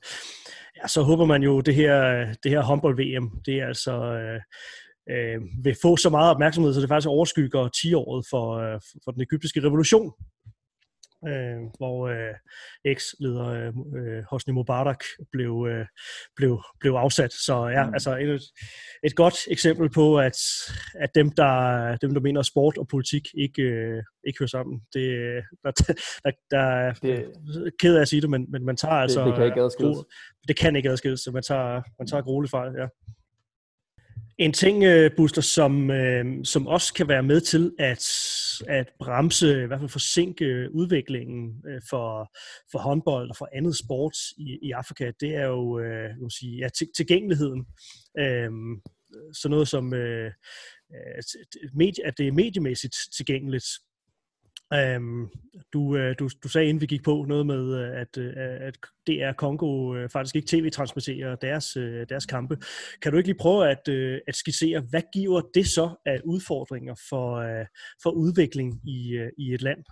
så håber man jo, det her håndbold-VM, det er altså vil få så meget opmærksomhed, så det faktisk overskygger 10-året for den egyptiske revolution, hvor eks-leder Hosni Mubarak blev afsat. Så ja, altså et godt eksempel på, at dem der mener sport og politik ikke hører sammen. Det er ked af at sige det, men man tager altså det kan ikke adskilles. Det kan ikke adskilles, så man tager grueligt fejl, ja. En ting, Buster, som også kan være med til at bremse, i hvert fald forsinke udviklingen for håndbold og for andet sport i Afrika, det er jo tilgængeligheden. Sådan noget som, at det er mediemæssigt tilgængeligt. Du sagde, inden vi gik på, noget med, at DR Congo faktisk ikke tv-transmitterer deres kampe. Kan du ikke lige prøve at skitsere, hvad giver det så af udfordringer for udvikling i et land?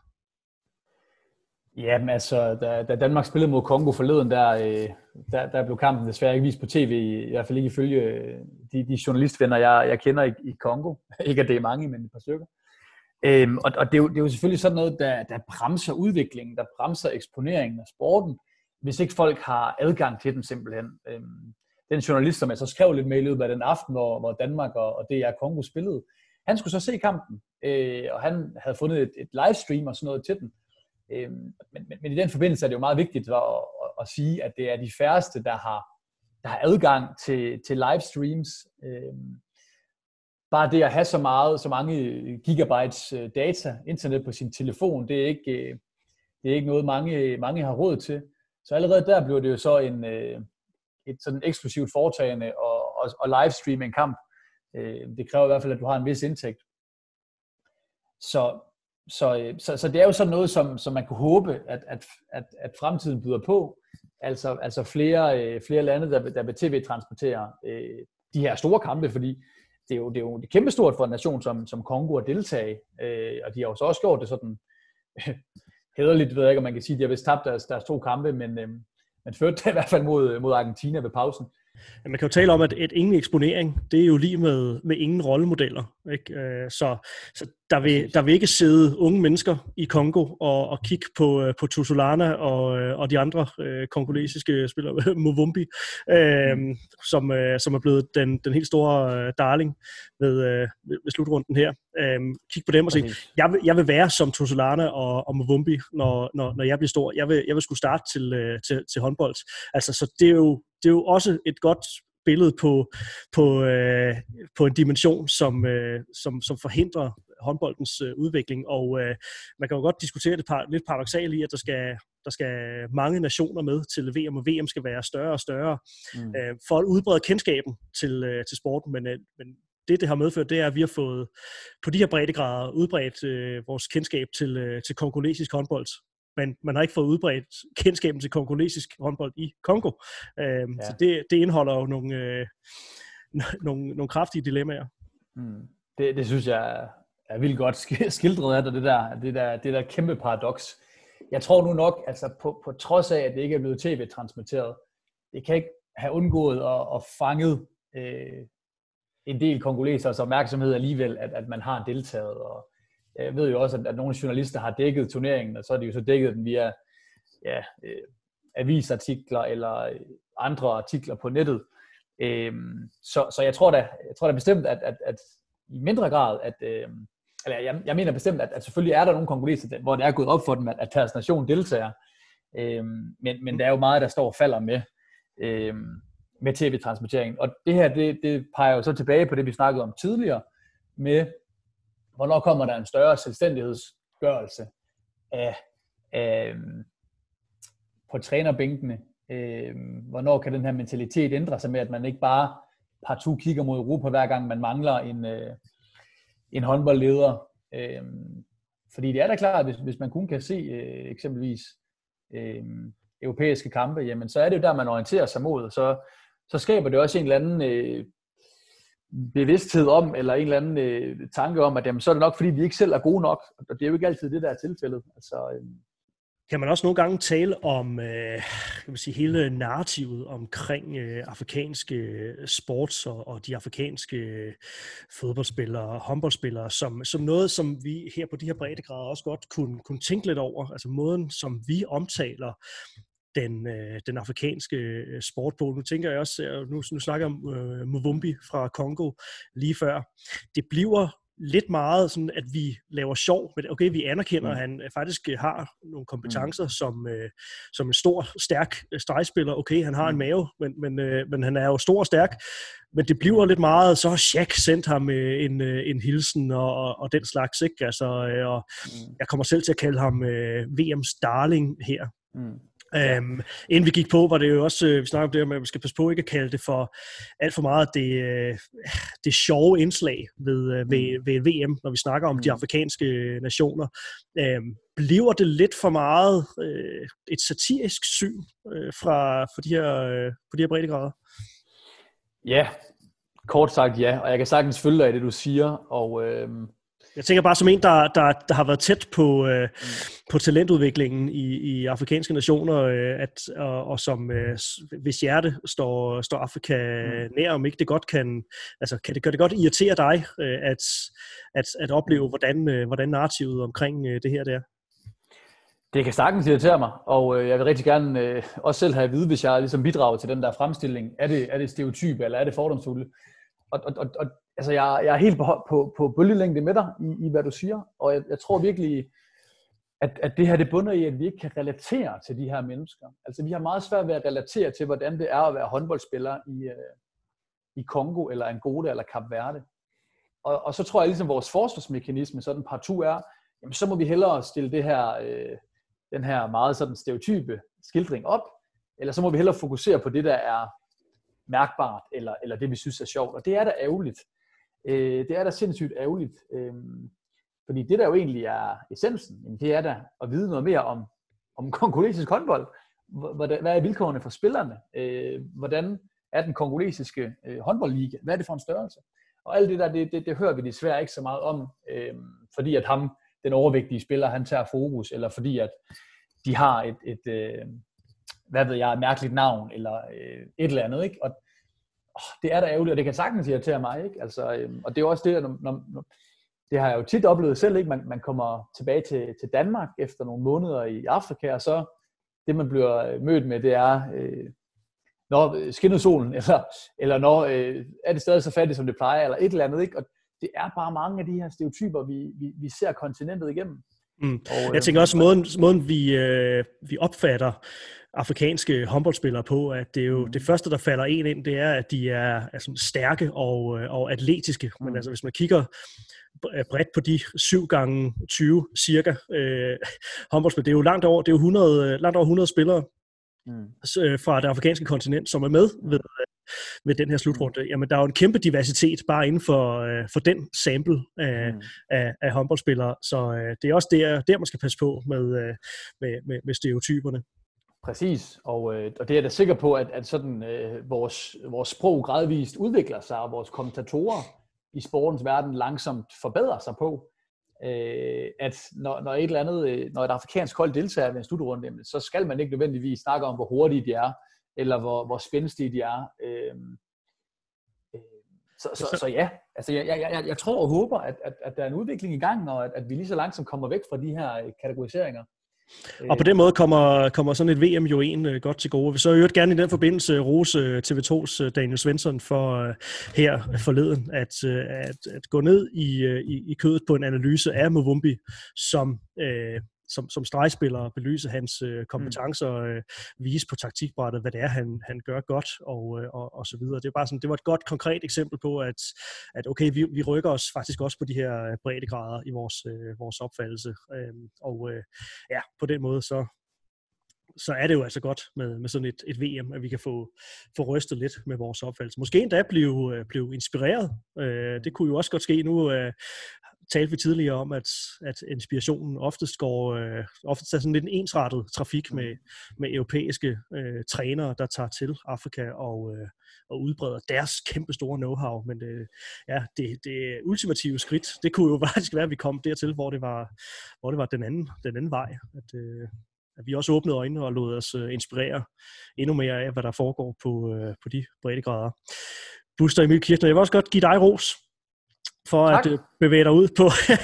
Jamen altså, da Danmark spillede mod Congo forleden, der blev kampen desværre ikke vist på tv, i hvert fald ikke ifølge de journalistvenner, jeg kender i Congo. Ikke at det er mange, men et par stykker. Og det er jo selvfølgelig sådan noget, der bremser udviklingen, der bremser eksponeringen af sporten, hvis ikke folk har adgang til den simpelthen. Den journalist, som jeg så skrev lidt med i løbet af den aften, hvor Danmark og DR Congo spillede, han skulle så se kampen, og han havde fundet et livestream og sådan noget til den. Men i den forbindelse er det jo meget vigtigt at sige, at det er de færreste, der har adgang til livestreams. Bare det at have så mange gigabytes data, internet på sin telefon, det er ikke noget, mange har råd til. Så allerede der bliver det jo så et sådan eksklusivt foretagende og livestreame en kamp. Det kræver i hvert fald, at du har en vis indtægt. Så det er jo sådan noget, som man kunne håbe, at fremtiden byder på. Altså flere lande, der vil tv-transportere de her store kampe, fordi det er jo kæmpestort for en nation som Congo at deltage, og de har jo så også gjort det sådan hæderligt, ved jeg ikke, om man kan sige, de har vist tabt deres 2 kampe, men man førte det i hvert fald mod Argentina ved pausen. Ja, man kan jo tale om, at ingen eksponering, det er jo lige med ingen rollemodeller, ikke? Så der vil ikke sidde unge mennesker i Congo og kigge på Tusolana og de andre kongolesiske spillere, Muvumbi, som er blevet den helt store darling ved slutrunden her. Kig på dem og sige, jeg vil være som Tusolana og Muvumbi, når jeg bliver stor. Jeg vil skulle starte til håndbold. Altså, så det er jo også et godt billede på en dimension, som forhindrer håndboldens udvikling, og man kan jo godt diskutere det lidt paradoksalt i, at der skal mange nationer med til VM, og VM skal være større og større for at udbrede kendskaben til sporten, men det har medført, det er, at vi har fået på de her breddegrader udbredt vores kendskab til kongolesisk håndbold. Men man har ikke fået udbredt kendskaben til kongolesisk håndbold i Congo. Så det indeholder jo nogle kraftige dilemmaer. Det synes jeg er vildt godt skildret af det der kæmpe paradoks. Jeg tror nu nok, altså på trods af, at det ikke er blevet tv-transmitteret, det kan ikke have undgået at fanget en del kongolesers opmærksomhed alligevel, at man har deltaget. Og jeg ved jo også, at nogle journalister har dækket turneringen, og så har de jo så dækket den via avisartikler eller andre artikler på nettet. Så jeg tror da bestemt, at i mindre grad, jeg mener bestemt, at selvfølgelig er der nogle kongoleser, hvor det er gået op for dem, at deres nation deltager. Men der er jo meget, der står og falder med tv-transmitteringen. Og det her, det peger jo så tilbage på det, vi snakkede om tidligere, med hvornår kommer der en større selvstændighedsgørelse på trænerbænkene. Hvornår kan den her mentalitet ændre sig med, at man ikke bare partout kigger mod Europa, hver gang man mangler en håndboldleder. Fordi det er da klart, at hvis man kun kan se eksempelvis europæiske kampe, jamen så er det jo der, man orienterer sig mod. Så skaber det også en eller anden bevidsthed om, eller en eller anden tanke om, at jamen, så er det nok, fordi vi ikke selv er gode nok. Og det er jo ikke altid det, der er tilfældet. Altså, kan man også nogle gange tale om hele narrativet omkring afrikanske sports og de afrikanske fodboldspillere og håndboldspillere som noget, som vi her på de her breddegrader også godt kunne tænke lidt over. Altså måden, som vi omtaler den afrikanske sport på. Nu tænker jeg også, nu snakker jeg om Muvumbi fra Congo lige før. Det bliver lidt meget sådan, at vi laver sjov med det. Okay, vi anerkender, at han faktisk har nogle kompetencer som en stor, stærk stregspiller. Okay, han har en mave, men han er jo stor og stærk. Men det bliver lidt meget, så har Shaq sendt ham en hilsen og den slags, ikke? Altså, og jeg kommer selv til at kalde ham VM's darling her. Inden vi gik på, var det jo også, vi snakkede om det, at man skal passe på ikke at kalde det for alt for meget det sjove indslag ved VM, når vi snakker om de afrikanske nationer. Bliver det lidt for meget et satirisk syn for de her breddegrader? Ja, kort sagt ja, og jeg kan sagtens følge dig i det, du siger, og jeg tænker bare som en, der har været tæt på talentudviklingen i afrikanske nationer, og som hvis hjerte står Afrika nær, om ikke det godt kan det godt irritere dig, at opleve, hvordan narrativet omkring det her der? Det kan sagtens irritere mig, og jeg vil rigtig gerne også selv have at vide, hvis jeg ligesom bidrager til den der fremstilling. Er det stereotype, eller er det fordomsfulde? Og altså, jeg er helt på bølgelængde med dig i hvad du siger, og jeg tror virkelig, at det her det bunder i, at vi ikke kan relatere til de her mennesker. Altså, vi har meget svært ved at relatere til, hvordan det er at være håndboldspiller i Congo, eller Angola, eller Kap Verde. Og så tror jeg, ligesom vores forsvarsmekanisme, sådan partout er, jamen, så må vi hellere stille den her meget sådan stereotype skildring op, eller så må vi hellere fokusere på det, der er mærkbart, eller det, vi synes er sjovt. Og det er da ærgerligt. Det er da sindssygt ærgerligt. Fordi det, der jo egentlig er essensen, det er da at vide noget mere om kongolesisk håndbold. Hvad er vilkårene for spillerne? Hvordan er den kongolesiske håndboldliga? Hvad er det for en størrelse? Og alt det der, det hører vi desværre ikke så meget om, fordi at den overvægtige spiller, han tager fokus, eller fordi at de har et mærkeligt navn, eller et eller andet, ikke? Og det er da ærgerligt, og det kan sagtens irritere mig, ikke? Altså, og det er også det, når det har jeg jo tit oplevet selv, ikke? Man kommer tilbage til Danmark efter nogle måneder i Afrika, og så det, man bliver mødt med, det er, når skinner solen, eller når er det stadig så fattigt, som det plejer, eller et eller andet, ikke? Og det er bare mange af de her stereotyper, vi ser kontinentet igennem. Og, jeg tænker også, måden vi opfatter afrikanske håndboldspillere på, at det er jo det første, der falder ind, det er, at de er stærke og atletiske. Men altså, hvis man kigger bredt på de 7x20 cirka håndboldspillere, det er jo langt over 100 spillere fra det afrikanske kontinent, som er med ved den her slutrunde. Jamen, der er jo en kæmpe diversitet bare inden for den sample af håndboldspillere, så det er også der man skal passe på med stereotyperne. Præcis, og det er jeg da sikker på, at sådan vores sprog gradvist udvikler sig, og vores kommentatorer i sportens verden langsomt forbedrer sig på, at når et afrikansk hold deltager ved en slutrunde, så skal man ikke nødvendigvis snakke om, hvor hurtige de er, eller hvor spændstige de er. Så ja, altså jeg tror og håber, at der er en udvikling i gang, og at vi lige så langsomt kommer væk fra de her kategoriseringer. Og på den måde kommer sådan et VM jo godt til gode. Vi så øvrigt gerne i den forbindelse rose TV2's Daniel Svensson for her forleden at gå ned i kødet på en analyse af Muvumbi, som stregspiller, belyse hans kompetencer, vise på taktikbrættet, hvad det er, han gør godt, og så videre. Det er bare sådan, det var et godt konkret eksempel på, at okay, vi rykker os faktisk også på de her breddegrader i vores opfattelse. Ja, på den måde, så er det jo altså godt med sådan et VM, at vi kan få rystet lidt med vores opfattelse. Måske endda blive inspireret. Det kunne jo også godt ske nu. Talte vi tidligere om, at inspirationen oftest er sådan lidt en ensrettet trafik med europæiske trænere, der tager til Afrika og udbreder deres kæmpe store know-how. Men det ultimative skridt, det kunne jo faktisk være, at vi kom dertil, hvor det var den anden vej. At vi også åbnede øjnene og lod os inspirere endnu mere af, hvad der foregår på de breddegrader. Buster Emil Kirchner, jeg vil også godt give dig ros for tak. At bevæge dig ud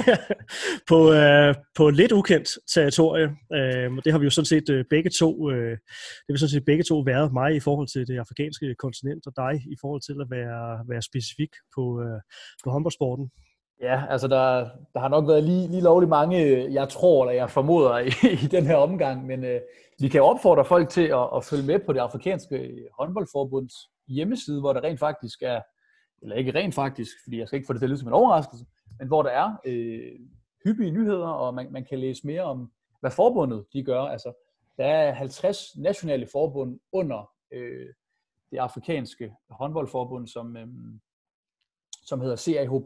på lidt ukendt territorie. Det har vi jo sådan set begge to været, mig i forhold til det afrikanske kontinent, og dig i forhold til at være specifik på håndboldsporten. Ja, altså der har nok været lige lovligt mange, jeg tror, eller jeg formoder i den her omgang, men vi kan opfordre folk til at følge med på det afrikanske håndboldforbunds hjemmeside, hvor der rent faktisk er, eller ikke rent faktisk, fordi jeg skal ikke få det til at lyde som en overraskelse, men hvor der er hyppige nyheder, og man kan læse mere om, hvad forbundet de gør. Altså, Der er 50 nationale forbund under det afrikanske håndboldforbund, som hedder CAHB.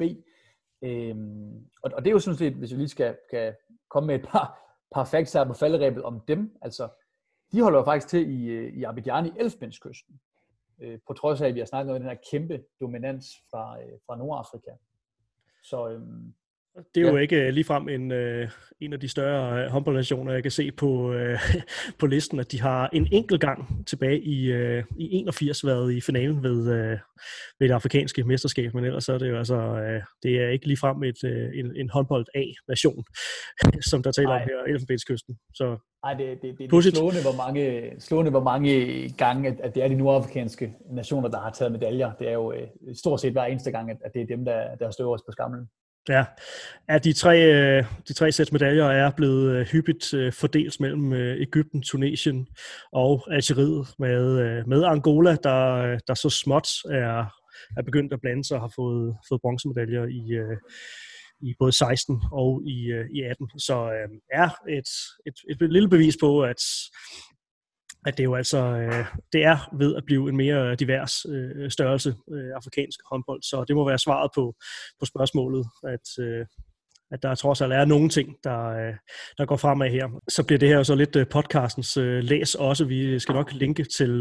Og det er jo sådan set, hvis vi lige skal komme med et par facts her på falderebet om dem. Altså, de holder jo faktisk til i Abidjan i Elfenbenskysten. På trods af, at vi har snakket om den her kæmpe dominans fra Nordafrika. Så det er jo ikke ligefrem en af de større håndboldnationer, jeg kan se på listen, at de har en enkelt gang tilbage i 81 været i finalen ved det afrikanske mesterskab, men ellers så er det jo altså, det er ikke ligefrem en håndbold A-nation, som der taler om her i Elfenbenskysten. Så nej, det er slående, hvor mange gange, at det er de nordafrikanske nationer, der har taget medaljer. Det er jo stort set hver eneste gang, at det er dem, der står øverst på skamlen. Ja, at de tre sæt medaljer er blevet hyppigt fordelt mellem Egypten, Tunesien og Algeriet med Angola, der så småt er begyndt at blande sig og har fået bronzemedaljer i både 16 og i 18. Så er et lille bevis på, at det jo altså det er ved at blive en mere divers størrelse afrikansk håndbold. Så det må være svaret på spørgsmålet, at der trods alt er nogle ting, der går fremad her. Så bliver det her så lidt podcastens læs også. Vi skal nok linke til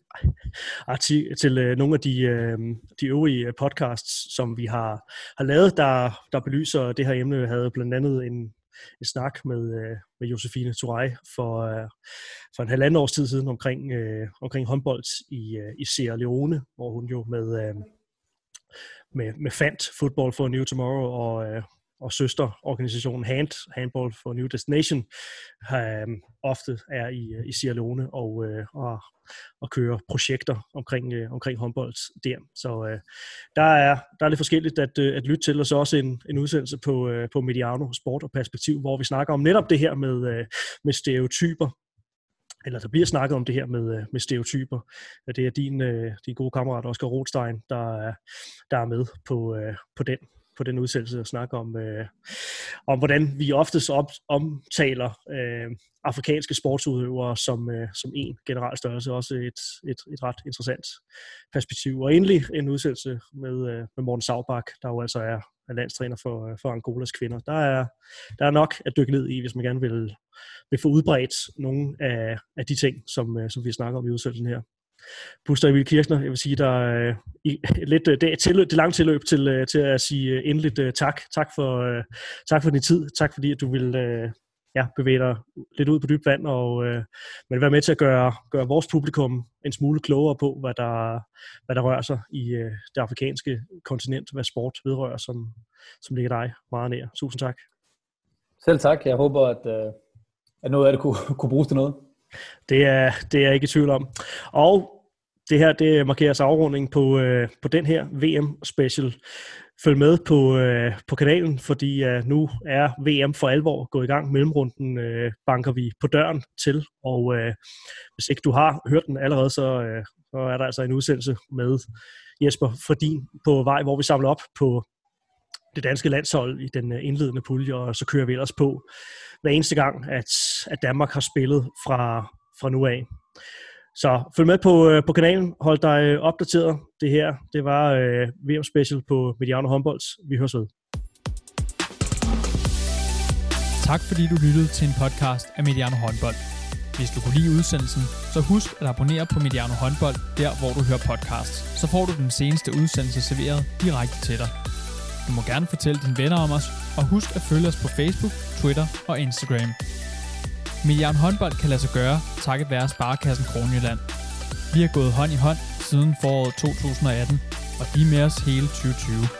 nogle af de øvrige podcasts, som vi har lavet, der belyser det her emne. Vi havde blandt andet en snak med Josefine Touray for en 1,5 års tid siden omkring håndbold i Sierra Leone, hvor hun jo med FANT, Football for a New Tomorrow, og søsterorganisationen Handball for a New Destination, ofte er i Sierra Leone og kører projekter omkring håndbold der. Så der er lidt forskelligt at lytte til, og så også en udsendelse på Mediano Sport og Perspektiv, hvor vi snakker om netop det her med stereotyper, eller der bliver snakket om det her med stereotyper. Det er din gode kammerat Oscar Rothstein, der er med på den udsendelse og snakke om hvordan vi oftest omtaler afrikanske sportsudøvere som en generel størrelse. Også et ret interessant perspektiv. Og endelig en udsendelse med Morten Saubak, der jo altså er landstræner for Angolas kvinder. Der er nok at dykke ned i, hvis man gerne vil få udbredt nogle af de ting, som vi snakker om i udsendelsen her. Buster Emil Kirchner, jeg vil sige, der er det lange tilløb til at sige endeligt tak. Tak for din tid. Tak fordi at du vil bevæge dig lidt ud på dybt vand og være med til at gøre vores publikum en smule klogere på, hvad der rører sig i det afrikanske kontinent, hvad sport vedrører, som ligger dig meget nær. Tusind tak. Selv tak. Jeg håber, at noget af det kunne bruges til noget. Det er jeg ikke i tvivl om. Og det her, det markerer sig afrunding på den her VM-special. Følg med på kanalen, fordi nu er VM for alvor gået i gang. Mellemrunden banker vi på døren til, og hvis ikke du har hørt den allerede, så er der altså en udsendelse med Jesper Fredin på vej, hvor vi samler op på det danske landshold i den indledende pulje, og så kører vi ellers på hver eneste gang, at Danmark har spillet fra nu af. Så følg med på kanalen, hold dig opdateret. Det her, det var VM Special på Mediano Håndbold. Vi høres ved. Tak fordi du lyttede til en podcast af Mediano Håndbold. Hvis du kunne lide udsendelsen, så husk at abonnere på Mediano Håndbold, der hvor du hører podcasts. Så får du den seneste udsendelse serveret direkte til dig. Du må gerne fortælle dine venner om os, og husk at følge os på Facebook, Twitter og Instagram. Mediano Håndbold kan lade sig gøre, takket være Sparekassen Kronjylland. Vi har gået hånd i hånd siden foråret 2018, og de er med os hele 2020.